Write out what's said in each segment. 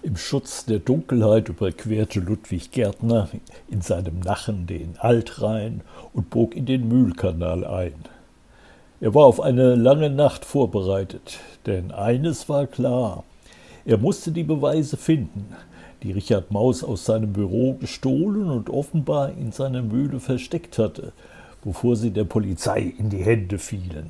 Im Schutz der Dunkelheit überquerte Ludwig Gärtner in seinem Nachen den Altrhein und bog in den Mühlkanal ein. Er war auf eine lange Nacht vorbereitet, denn eines war klar: Er musste die Beweise finden, die Richard Maus aus seinem Büro gestohlen und offenbar in seiner Mühle versteckt hatte, bevor sie der Polizei in die Hände fielen.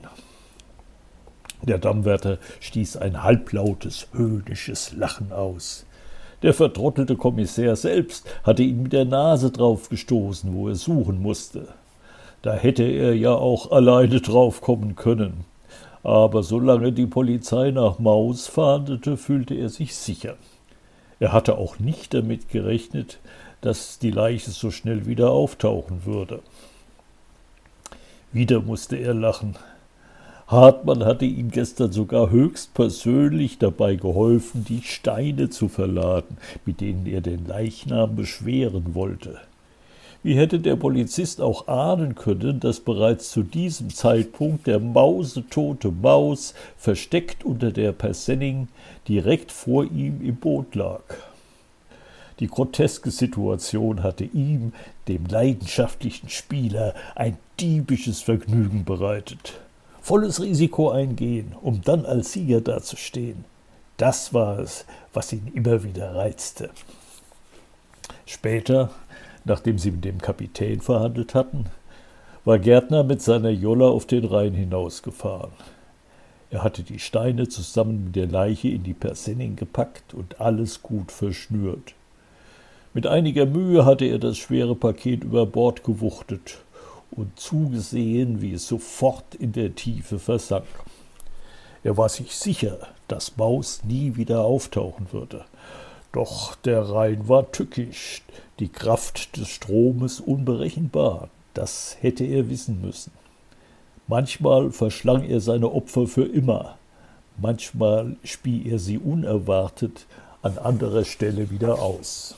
Der Dammwärter stieß ein halblautes, höhnisches Lachen aus. Der vertrottelte Kommissär selbst hatte ihn mit der Nase draufgestoßen, wo er suchen musste. Da hätte er ja auch alleine draufkommen können. Aber solange die Polizei nach Maus fahndete, fühlte er sich sicher. Er hatte auch nicht damit gerechnet, dass die Leiche so schnell wieder auftauchen würde. Wieder musste er lachen. Hartmann hatte ihm gestern sogar höchstpersönlich dabei geholfen, die Steine zu verladen, mit denen er den Leichnam beschweren wollte. Wie hätte der Polizist auch ahnen können, dass bereits zu diesem Zeitpunkt der mausetote Maus versteckt unter der Persenning direkt vor ihm im Boot lag? Die groteske Situation hatte ihm, dem leidenschaftlichen Spieler, ein diebisches Vergnügen bereitet. Volles Risiko eingehen, um dann als Sieger dazustehen. Das war es, was ihn immer wieder reizte. Später, nachdem sie mit dem Kapitän verhandelt hatten, war Gärtner mit seiner Jolle auf den Rhein hinausgefahren. Er hatte die Steine zusammen mit der Leiche in die Persenning gepackt und alles gut verschnürt. Mit einiger Mühe hatte er das schwere Paket über Bord gewuchtet und zugesehen, wie es sofort in der Tiefe versank. Er war sich sicher, dass Maus nie wieder auftauchen würde. Doch der Rhein war tückisch, die Kraft des Stromes unberechenbar. Das hätte er wissen müssen. Manchmal verschlang er seine Opfer für immer. Manchmal spie er sie unerwartet an anderer Stelle wieder aus.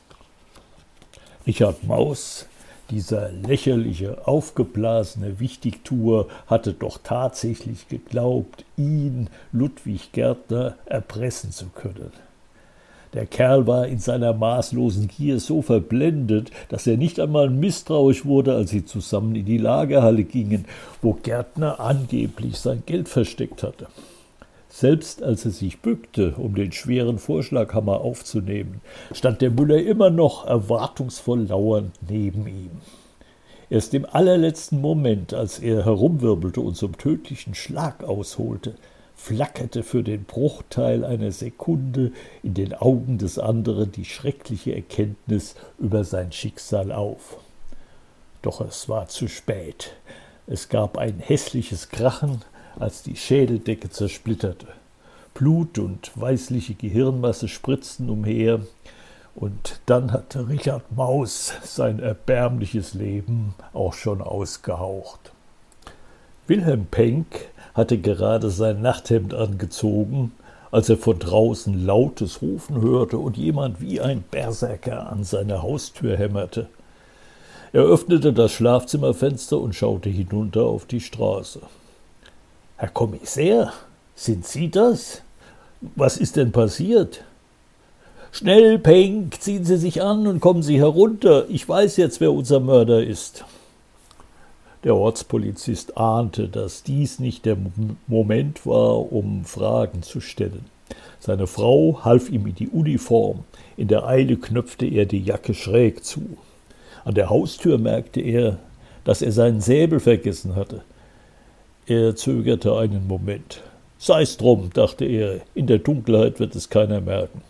Richard Maus, dieser lächerliche, aufgeblasene Wichtigtuer, hatte doch tatsächlich geglaubt, ihn, Ludwig Gärtner, erpressen zu können. Der Kerl war in seiner maßlosen Gier so verblendet, dass er nicht einmal misstrauisch wurde, als sie zusammen in die Lagerhalle gingen, wo Gärtner angeblich sein Geld versteckt hatte. Selbst als er sich bückte, um den schweren Vorschlaghammer aufzunehmen, stand der Müller immer noch erwartungsvoll lauernd neben ihm. Erst im allerletzten Moment, als er herumwirbelte und zum tödlichen Schlag ausholte, flackerte für den Bruchteil einer Sekunde in den Augen des anderen die schreckliche Erkenntnis über sein Schicksal auf. Doch es war zu spät. Es gab ein hässliches Krachen, als die Schädeldecke zersplitterte. Blut und weißliche Gehirnmasse spritzten umher, und dann hatte Richard Maus sein erbärmliches Leben auch schon ausgehaucht. Wilhelm Penck hatte gerade sein Nachthemd angezogen, als er von draußen lautes Rufen hörte und jemand wie ein Berserker an seine Haustür hämmerte. Er öffnete das Schlafzimmerfenster und schaute hinunter auf die Straße. »Herr Kommissär, sind Sie das? Was ist denn passiert?« »Schnell, Penck, ziehen Sie sich an und kommen Sie herunter. Ich weiß jetzt, wer unser Mörder ist.« Der Ortspolizist ahnte, dass dies nicht der Moment war, um Fragen zu stellen. Seine Frau half ihm in die Uniform. In der Eile knöpfte er die Jacke schräg zu. An der Haustür merkte er, dass er seinen Säbel vergessen hatte. Er zögerte einen Moment. »Sei's drum«, dachte er, »in der Dunkelheit wird es keiner merken.«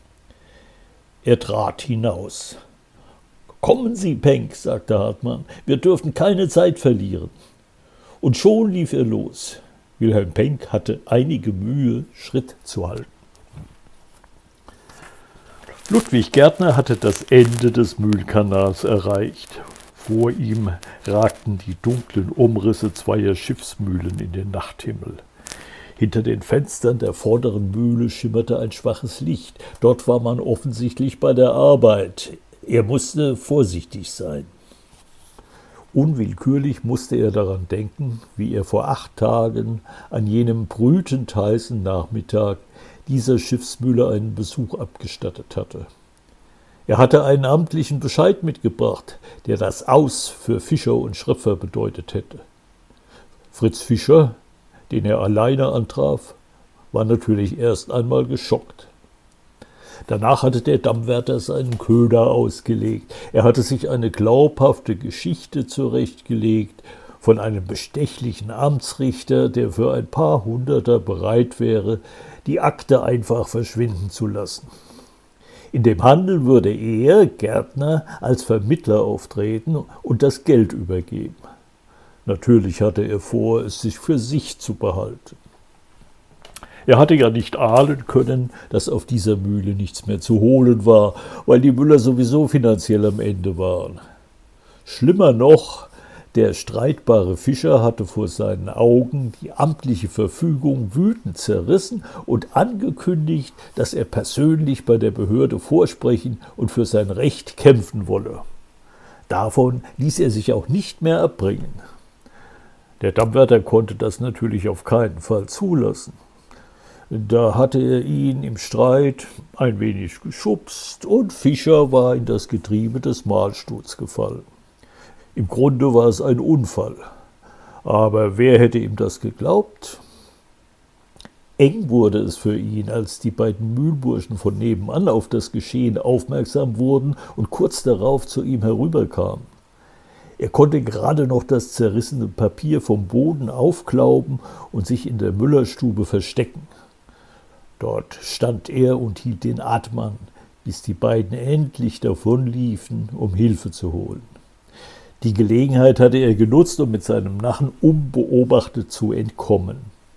Er trat hinaus. »Kommen Sie, Penck«, sagte Hartmann, »wir dürfen keine Zeit verlieren.« Und schon lief er los. Wilhelm Penck hatte einige Mühe, Schritt zu halten. Ludwig Gärtner hatte das Ende des Mühlkanals erreicht. Vor ihm ragten die dunklen Umrisse zweier Schiffsmühlen in den Nachthimmel. Hinter den Fenstern der vorderen Mühle schimmerte ein schwaches Licht. Dort war man offensichtlich bei der Arbeit. Er musste vorsichtig sein. Unwillkürlich musste er daran denken, wie er vor 8 Tagen an jenem brütend heißen Nachmittag dieser Schiffsmühle einen Besuch abgestattet hatte. Er hatte einen amtlichen Bescheid mitgebracht, der das Aus für Fischer und Schröpfer bedeutet hätte. Fritz Fischer, den er alleine antraf, war natürlich erst einmal geschockt. Danach hatte der Dammwärter seinen Köder ausgelegt. Er hatte sich eine glaubhafte Geschichte zurechtgelegt von einem bestechlichen Amtsrichter, der für ein paar Hunderter bereit wäre, die Akte einfach verschwinden zu lassen. In dem Handel würde er, Gärtner, als Vermittler auftreten und das Geld übergeben. Natürlich hatte er vor, es sich für sich zu behalten. Er hatte ja nicht ahnen können, dass auf dieser Mühle nichts mehr zu holen war, weil die Müller sowieso finanziell am Ende waren. Schlimmer noch, der streitbare Fischer hatte vor seinen Augen die amtliche Verfügung wütend zerrissen und angekündigt, dass er persönlich bei der Behörde vorsprechen und für sein Recht kämpfen wolle. Davon ließ er sich auch nicht mehr abbringen. Der Dammwärter konnte das natürlich auf keinen Fall zulassen. Da hatte er ihn im Streit ein wenig geschubst und Fischer war in das Getriebe des Mahlstuhls gefallen. Im Grunde war es ein Unfall. Aber wer hätte ihm das geglaubt? Eng wurde es für ihn, als die beiden Mühlburschen von nebenan auf das Geschehen aufmerksam wurden und kurz darauf zu ihm herüberkamen. Er konnte gerade noch das zerrissene Papier vom Boden aufklauben und sich in der Müllerstube verstecken. Dort stand er und hielt den Atem an, bis die beiden endlich davonliefen, um Hilfe zu holen. Die Gelegenheit hatte er genutzt, um mit seinem Nachen unbeobachtet zu entkommen.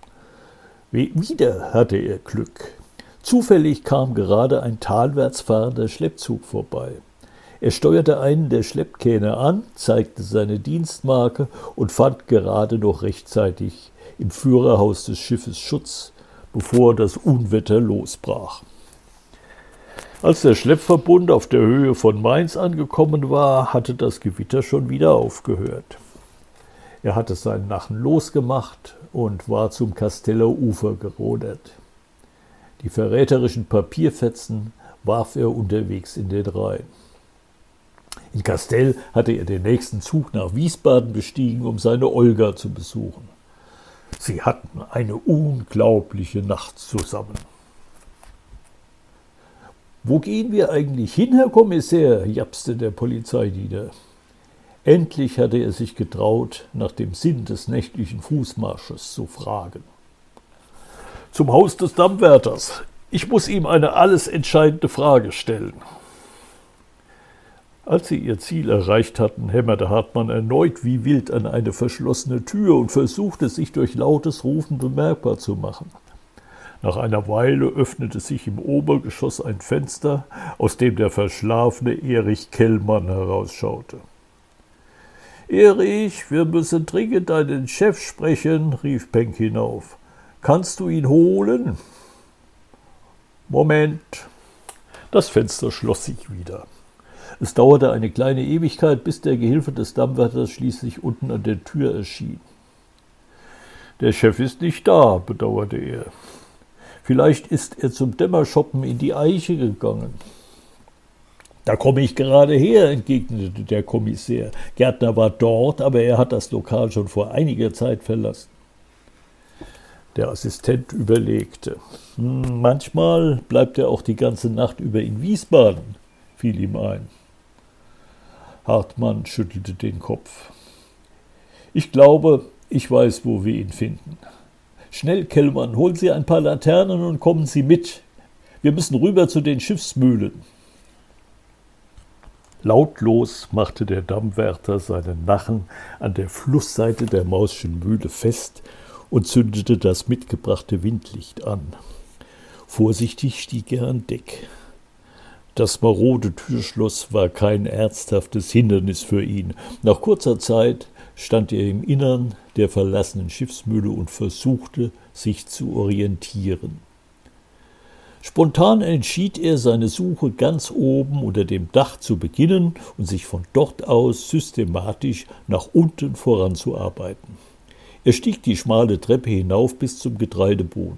Wieder hatte er Glück. Zufällig kam gerade ein talwärts fahrender Schleppzug vorbei. Er steuerte einen der Schleppkähne an, zeigte seine Dienstmarke und fand gerade noch rechtzeitig im Führerhaus des Schiffes Schutz, bevor das Unwetter losbrach. Als der Schleppverbund auf der Höhe von Mainz angekommen war, hatte das Gewitter schon wieder aufgehört. Er hatte seinen Nachen losgemacht und war zum Kasteller Ufer gerudert. Die verräterischen Papierfetzen warf er unterwegs in den Rhein. In Kastel hatte er den nächsten Zug nach Wiesbaden bestiegen, um seine Olga zu besuchen. Sie hatten eine unglaubliche Nacht zusammen. »Wo gehen wir eigentlich hin, Herr Kommissär?« japste der Polizeidiener. Endlich hatte er sich getraut, nach dem Sinn des nächtlichen Fußmarsches zu fragen. »Zum Haus des Dammwärters. Ich muss ihm eine alles entscheidende Frage stellen.« Als sie ihr Ziel erreicht hatten, hämmerte Hartmann erneut wie wild an eine verschlossene Tür und versuchte, sich durch lautes Rufen bemerkbar zu machen. Nach einer Weile öffnete sich im Obergeschoss ein Fenster, aus dem der verschlafene Erich Kellmann herausschaute. »Erich, wir müssen dringend deinen Chef sprechen«, rief Penck hinauf. »Kannst du ihn holen?« »Moment.« Das Fenster schloss sich wieder. Es dauerte eine kleine Ewigkeit, bis der Gehilfe des Dammwärters schließlich unten an der Tür erschien. »Der Chef ist nicht da«, bedauerte er. »Vielleicht ist er zum Dämmerschoppen in die Eiche gegangen.« »Da komme ich gerade her«, entgegnete der Kommissär. »Gärtner war dort, aber er hat das Lokal schon vor einiger Zeit verlassen.« Der Assistent überlegte. »Manchmal bleibt er auch die ganze Nacht über in Wiesbaden«, fiel ihm ein. Hartmann schüttelte den Kopf. »Ich glaube, ich weiß, wo wir ihn finden. Schnell, Kellmann, holen Sie ein paar Laternen und kommen Sie mit. Wir müssen rüber zu den Schiffsmühlen.« Lautlos machte der Dammwärter seinen Nachen an der Flussseite der Maußschen Mühle fest und zündete das mitgebrachte Windlicht an. Vorsichtig stieg er an Deck. Das marode Türschloss war kein ernsthaftes Hindernis für ihn. Nach kurzer Zeit stand er im Innern der verlassenen Schiffsmühle und versuchte, sich zu orientieren. Spontan entschied er, seine Suche ganz oben unter dem Dach zu beginnen und sich von dort aus systematisch nach unten voranzuarbeiten. Er stieg die schmale Treppe hinauf bis zum Getreideboden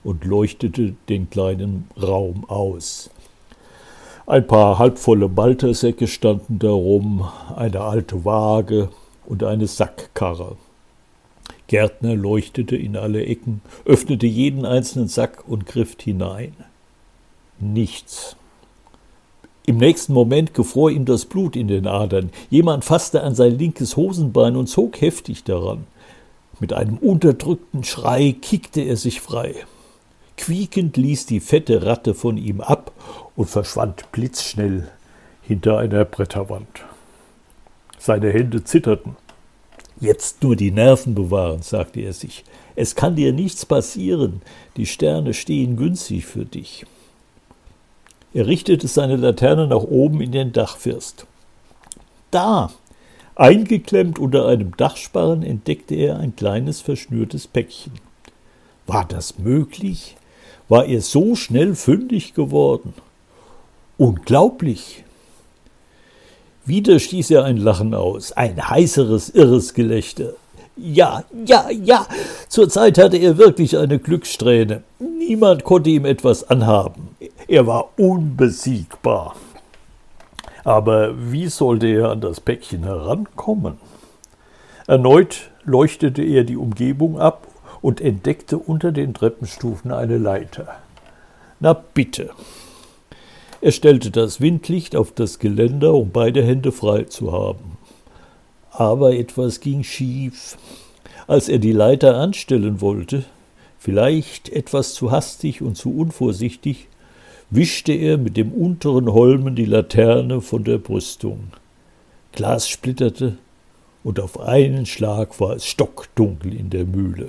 und leuchtete den kleinen Raum aus. Ein paar halbvolle Maltersäcke standen darum, eine alte Waage und eine Sackkarre. Gärtner leuchtete in alle Ecken, öffnete jeden einzelnen Sack und griff hinein. Nichts. Im nächsten Moment gefror ihm das Blut in den Adern. Jemand fasste an sein linkes Hosenbein und zog heftig daran. Mit einem unterdrückten Schrei kickte er sich frei. Quiekend ließ die fette Ratte von ihm ab und verschwand blitzschnell hinter einer Bretterwand. Seine Hände zitterten. »Jetzt nur die Nerven bewahren«, sagte er sich. »Es kann dir nichts passieren. Die Sterne stehen günstig für dich.« Er richtete seine Laterne nach oben in den Dachfirst. Da, eingeklemmt unter einem Dachsparren, entdeckte er ein kleines verschnürtes Päckchen. War das möglich? War er so schnell fündig geworden? Unglaublich! Wieder stieß er ein Lachen aus, ein heiseres, irres Gelächter. Ja, zurzeit hatte er wirklich eine Glückssträhne. Niemand konnte ihm etwas anhaben. Er war unbesiegbar. Aber wie sollte er an das Päckchen herankommen? Erneut leuchtete er die Umgebung ab und entdeckte unter den Treppenstufen eine Leiter. Na bitte! Er stellte das Windlicht auf das Geländer, um beide Hände frei zu haben. Aber etwas ging schief. Als er die Leiter anstellen wollte, vielleicht etwas zu hastig und zu unvorsichtig, wischte er mit dem unteren Holmen die Laterne von der Brüstung. Glas splitterte, und auf einen Schlag war es stockdunkel in der Mühle.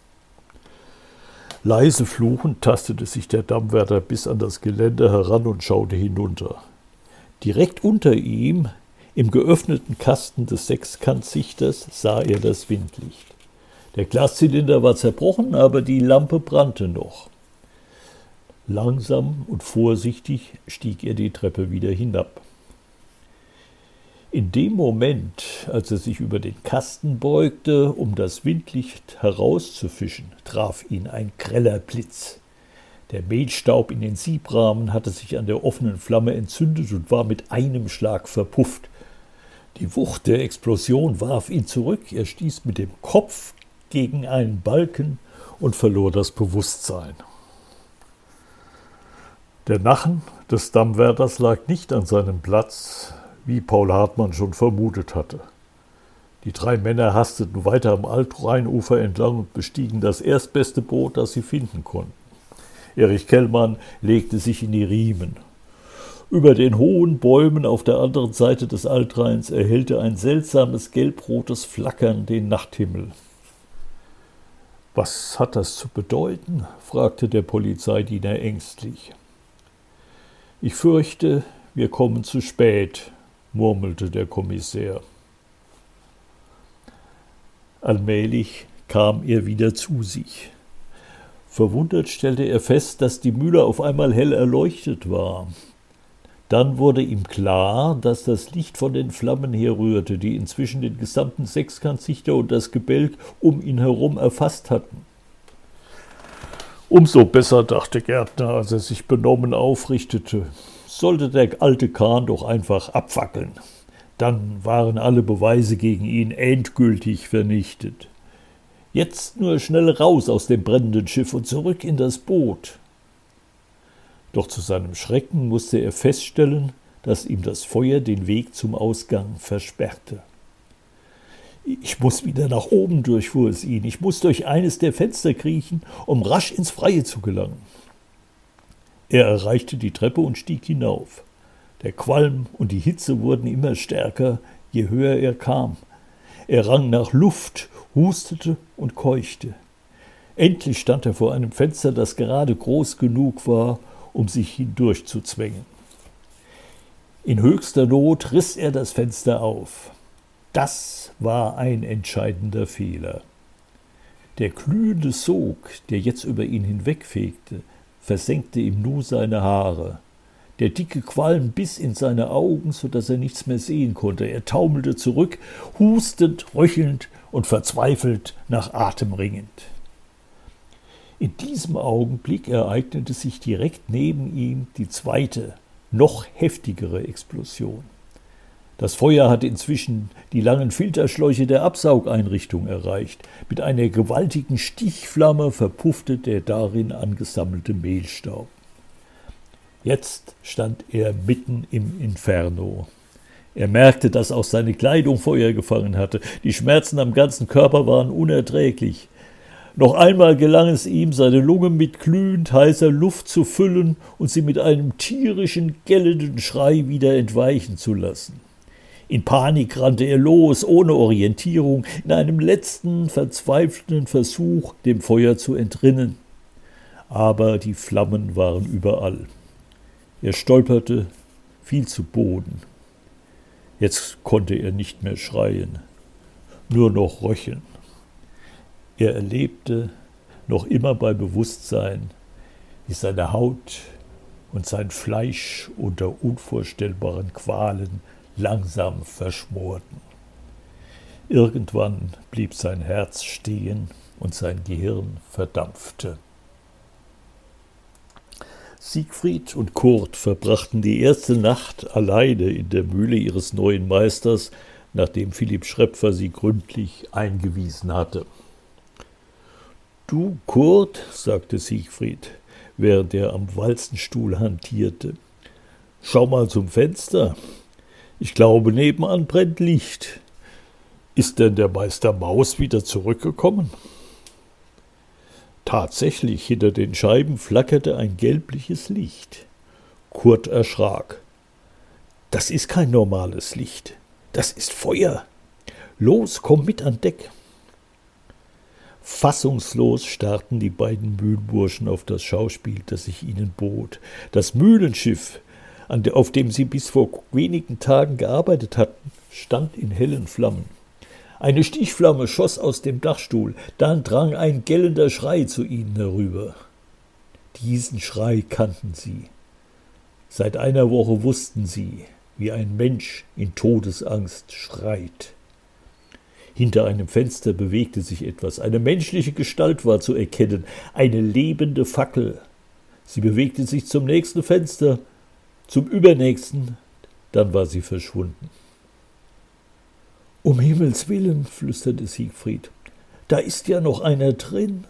Leise fluchend tastete sich der Dammwärter bis an das Geländer heran und schaute hinunter. Direkt unter ihm, im geöffneten Kasten des Sechskantsichters, sah er das Windlicht. Der Glaszylinder war zerbrochen, aber die Lampe brannte noch. Langsam und vorsichtig stieg er die Treppe wieder hinab. In dem Moment, als er sich über den Kasten beugte, um das Windlicht herauszufischen, traf ihn ein greller Blitz. Der Mehlstaub in den Siebrahmen hatte sich an der offenen Flamme entzündet und war mit einem Schlag verpufft. Die Wucht der Explosion warf ihn zurück, er stieß mit dem Kopf gegen einen Balken und verlor das Bewusstsein. Der Nachen des Dammwärters lag nicht an seinem Platz, wie Paul Hartmann schon vermutet hatte. Die drei Männer hasteten weiter am Altrheinufer entlang und bestiegen das erstbeste Boot, das sie finden konnten. Erich Kellmann legte sich in die Riemen. Über den hohen Bäumen auf der anderen Seite des Altrheins erhellte ein seltsames gelbrotes Flackern den Nachthimmel. »Was hat das zu bedeuten?« fragte der Polizeidiener ängstlich. »Ich fürchte, wir kommen zu spät«, murmelte der Kommissär. Allmählich kam er wieder zu sich. Verwundert stellte er fest, dass die Mühle auf einmal hell erleuchtet war. Dann wurde ihm klar, dass das Licht von den Flammen herrührte, die inzwischen den gesamten Sechskantsichter und das Gebälk um ihn herum erfasst hatten. Umso besser, dachte Gärtner, als er sich benommen aufrichtete, sollte der alte Kahn doch einfach abfackeln. Dann waren alle Beweise gegen ihn endgültig vernichtet. Jetzt nur schnell raus aus dem brennenden Schiff und zurück in das Boot. Doch zu seinem Schrecken musste er feststellen, dass ihm das Feuer den Weg zum Ausgang versperrte. »Ich muss wieder nach oben«, durchfuhr es ihn. »Ich muss durch eines der Fenster kriechen, um rasch ins Freie zu gelangen.« Er erreichte die Treppe und stieg hinauf. Der Qualm und die Hitze wurden immer stärker, je höher er kam. Er rang nach Luft, hustete und keuchte. Endlich stand er vor einem Fenster, das gerade groß genug war, um sich hindurchzuzwängen. In höchster Not riss er das Fenster auf. Das war ein entscheidender Fehler. Der glühende Sog, der jetzt über ihn hinwegfegte, versenkte ihm nur seine Haare. Der dicke Qualm biss in seine Augen, so dass er nichts mehr sehen konnte. Er taumelte zurück, hustend, röchelnd und verzweifelt nach Atem ringend. In diesem Augenblick ereignete sich direkt neben ihm die zweite, noch heftigere Explosion. Das Feuer hatte inzwischen die langen Filterschläuche der Absaugeinrichtung erreicht. Mit einer gewaltigen Stichflamme verpuffte der darin angesammelte Mehlstaub. Jetzt stand er mitten im Inferno. Er merkte, dass auch seine Kleidung Feuer gefangen hatte. Die Schmerzen am ganzen Körper waren unerträglich. Noch einmal gelang es ihm, seine Lunge mit glühend heißer Luft zu füllen und sie mit einem tierischen, gellenden Schrei wieder entweichen zu lassen. In Panik rannte er los, ohne Orientierung, in einem letzten, verzweifelten Versuch, dem Feuer zu entrinnen. Aber die Flammen waren überall. Er stolperte, fiel zu Boden. Jetzt konnte er nicht mehr schreien, nur noch röcheln. Er erlebte, noch immer bei Bewusstsein, wie seine Haut und sein Fleisch unter unvorstellbaren Qualen langsam verschmorten. Irgendwann blieb sein Herz stehen und sein Gehirn verdampfte. Siegfried und Kurt verbrachten die erste Nacht alleine in der Mühle ihres neuen Meisters, nachdem Philipp Schrepfer sie gründlich eingewiesen hatte. »Du, Kurt«, sagte Siegfried, während er am Walzenstuhl hantierte, »schau mal zum Fenster. Ich glaube, nebenan brennt Licht. Ist denn der Meister Maus wieder zurückgekommen?« Tatsächlich, hinter den Scheiben flackerte ein gelbliches Licht. Kurt erschrak. »Das ist kein normales Licht. Das ist Feuer. Los, komm mit an Deck.« Fassungslos starrten die beiden Mühlenburschen auf das Schauspiel, das sich ihnen bot. Das Mühlenschiff, auf dem sie bis vor wenigen Tagen gearbeitet hatten, stand in hellen Flammen. Eine Stichflamme schoss aus dem Dachstuhl, dann drang ein gellender Schrei zu ihnen herüber. Diesen Schrei kannten sie. Seit einer Woche wussten sie, wie ein Mensch in Todesangst schreit. Hinter einem Fenster bewegte sich etwas. Eine menschliche Gestalt war zu erkennen, eine lebende Fackel. Sie bewegte sich zum nächsten Fenster, zum übernächsten, dann war sie verschwunden. »Um Himmels willen«, flüsterte Siegfried, »da ist ja noch einer drin.«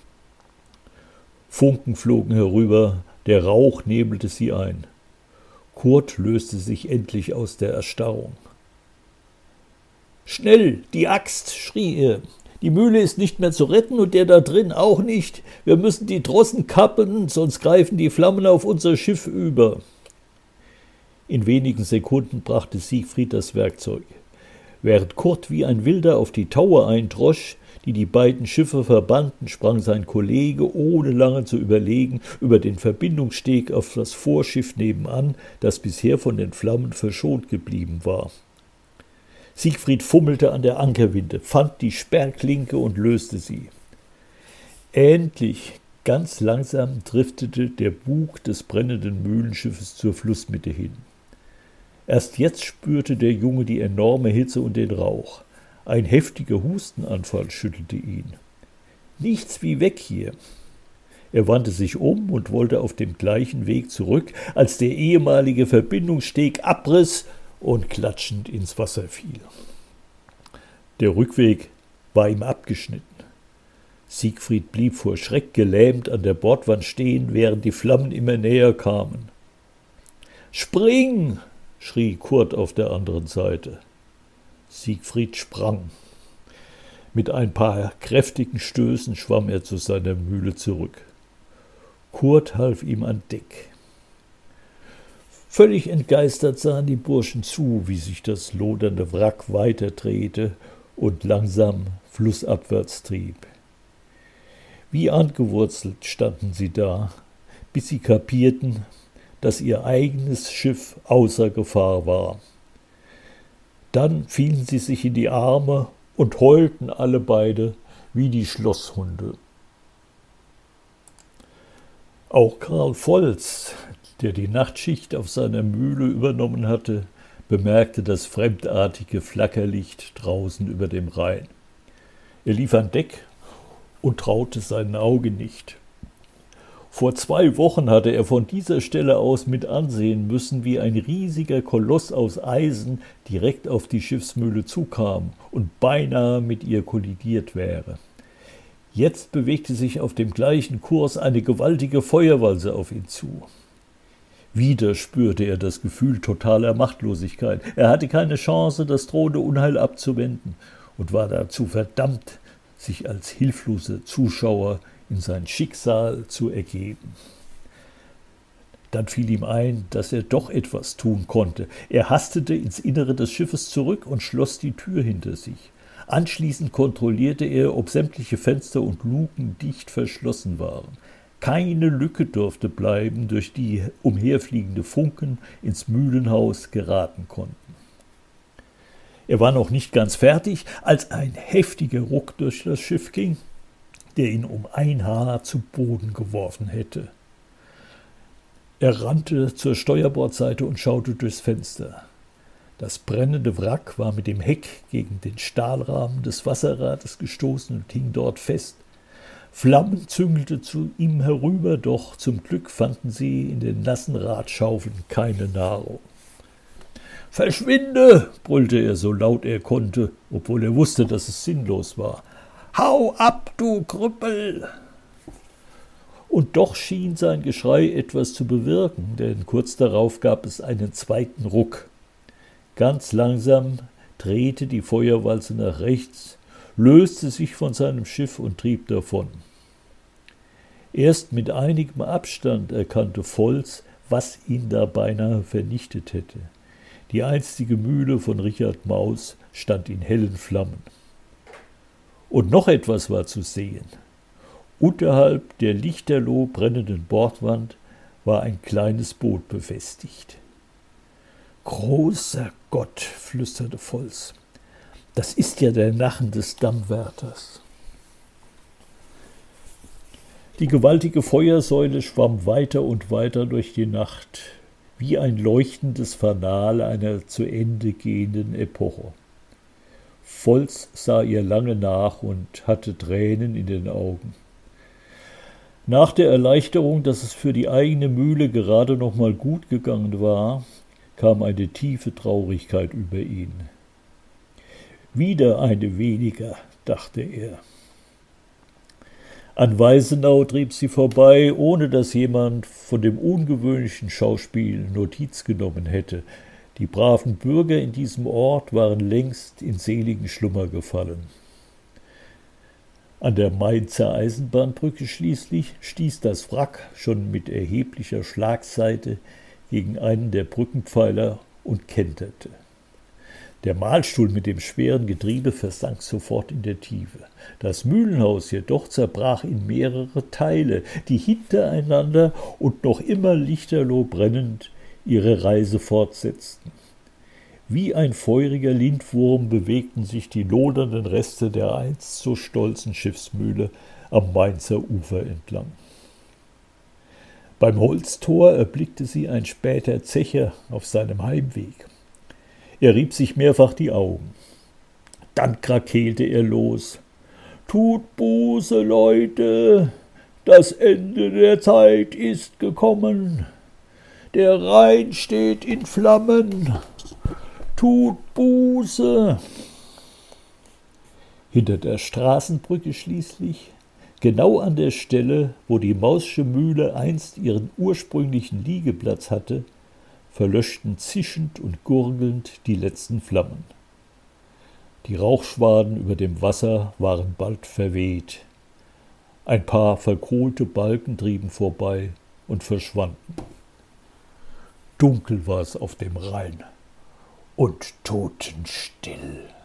Funken flogen herüber, der Rauch nebelte sie ein. Kurt löste sich endlich aus der Erstarrung. »Schnell, die Axt«, schrie er. »Die Mühle ist nicht mehr zu retten und der da drin auch nicht. Wir müssen die Trossen kappen, sonst greifen die Flammen auf unser Schiff über.« In wenigen Sekunden brachte Siegfried das Werkzeug. Während Kurt wie ein Wilder auf die Taue eindrosch, die die beiden Schiffe verbanden, sprang sein Kollege, ohne lange zu überlegen, über den Verbindungssteg auf das Vorschiff nebenan, das bisher von den Flammen verschont geblieben war. Siegfried fummelte an der Ankerwinde, fand die Sperrklinke und löste sie. Endlich, ganz langsam, driftete der Bug des brennenden Mühlenschiffes zur Flussmitte hin. Erst jetzt spürte der Junge die enorme Hitze und den Rauch. Ein heftiger Hustenanfall schüttelte ihn. »Nichts wie weg hier!« Er wandte sich um und wollte auf dem gleichen Weg zurück, als der ehemalige Verbindungssteg abriss und klatschend ins Wasser fiel. Der Rückweg war ihm abgeschnitten. Siegfried blieb vor Schreck gelähmt an der Bordwand stehen, während die Flammen immer näher kamen. »Spring!« schrie Kurt auf der anderen Seite. Siegfried sprang. Mit ein paar kräftigen Stößen schwamm er zu seiner Mühle zurück. Kurt half ihm an Deck. Völlig entgeistert sahen die Burschen zu, wie sich das lodernde Wrack weiterdrehte und langsam flussabwärts trieb. Wie angewurzelt standen sie da, bis sie kapierten, dass ihr eigenes Schiff außer Gefahr war. Dann fielen sie sich in die Arme und heulten alle beide wie die Schlosshunde. Auch Karl Volz, der die Nachtschicht auf seiner Mühle übernommen hatte, bemerkte das fremdartige Flackerlicht draußen über dem Rhein. Er lief an Deck und traute seinen Augen nicht. Vor 2 Wochen hatte er von dieser Stelle aus mit ansehen müssen, wie ein riesiger Koloss aus Eisen direkt auf die Schiffsmühle zukam und beinahe mit ihr kollidiert wäre. Jetzt bewegte sich auf dem gleichen Kurs eine gewaltige Feuerwalze auf ihn zu. Wieder spürte er das Gefühl totaler Machtlosigkeit. Er hatte keine Chance, das drohende Unheil abzuwenden und war dazu verdammt, sich als hilfloser Zuschauer in sein Schicksal zu ergeben. Dann fiel ihm ein, dass er doch etwas tun konnte. Er hastete ins Innere des Schiffes zurück und schloss die Tür hinter sich. Anschließend kontrollierte er, ob sämtliche Fenster und Luken dicht verschlossen waren. Keine Lücke durfte bleiben, durch die umherfliegende Funken ins Mühlenhaus geraten konnten. Er war noch nicht ganz fertig, als ein heftiger Ruck durch das Schiff ging, der ihn um ein Haar zu Boden geworfen hätte. Er rannte zur Steuerbordseite und schaute durchs Fenster. Das brennende Wrack war mit dem Heck gegen den Stahlrahmen des Wasserrades gestoßen und hing dort fest. Flammen züngelte zu ihm herüber, doch zum Glück fanden sie in den nassen Radschaufeln keine Nahrung. »Verschwinde!« brüllte er so laut er konnte, obwohl er wusste, dass es sinnlos war. »Hau ab, du Krüppel!« Und doch schien sein Geschrei etwas zu bewirken, denn kurz darauf gab es einen zweiten Ruck. Ganz langsam drehte die Feuerwalze nach rechts, löste sich von seinem Schiff und trieb davon. Erst mit einigem Abstand erkannte Volz, was ihn da beinahe vernichtet hätte. Die einstige Mühle von Richard Maus stand in hellen Flammen. Und noch etwas war zu sehen. Unterhalb der lichterloh brennenden Bordwand war ein kleines Boot befestigt. »Großer Gott«, flüsterte Volz, »das ist ja der Nachen des Dammwärters.« Die gewaltige Feuersäule schwamm weiter und weiter durch die Nacht, wie ein leuchtendes Fanal einer zu Ende gehenden Epoche. Volz sah ihr lange nach und hatte Tränen in den Augen. Nach der Erleichterung, dass es für die eigene Mühle gerade noch mal gut gegangen war, kam eine tiefe Traurigkeit über ihn. »Wieder eine weniger«, dachte er. An Weisenau trieb sie vorbei, ohne dass jemand von dem ungewöhnlichen Schauspiel Notiz genommen hätte. Die braven Bürger in diesem Ort waren längst in seligen Schlummer gefallen. An der Mainzer Eisenbahnbrücke schließlich stieß das Wrack schon mit erheblicher Schlagseite gegen einen der Brückenpfeiler und kenterte. Der Mahlstuhl mit dem schweren Getriebe versank sofort in der Tiefe. Das Mühlenhaus jedoch zerbrach in mehrere Teile, die hintereinander und noch immer lichterloh brennend ihre Reise fortsetzten. Wie ein feuriger Lindwurm bewegten sich die lodernden Reste der einst so stolzen Schiffsmühle am Mainzer Ufer entlang. Beim Holztor erblickte sie ein später Zecher auf seinem Heimweg. Er rieb sich mehrfach die Augen. Dann krakeelte er los. »Tut Buße, Leute, das Ende der Zeit ist gekommen. Der Rhein steht in Flammen. Tut Buße!« Hinter der Straßenbrücke schließlich, genau an der Stelle, wo die Maussche Mühle einst ihren ursprünglichen Liegeplatz hatte, verlöschten zischend und gurgelnd die letzten Flammen. Die Rauchschwaden über dem Wasser waren bald verweht. Ein paar verkohlte Balken trieben vorbei und verschwanden. Dunkel war es auf dem Rhein und totenstill.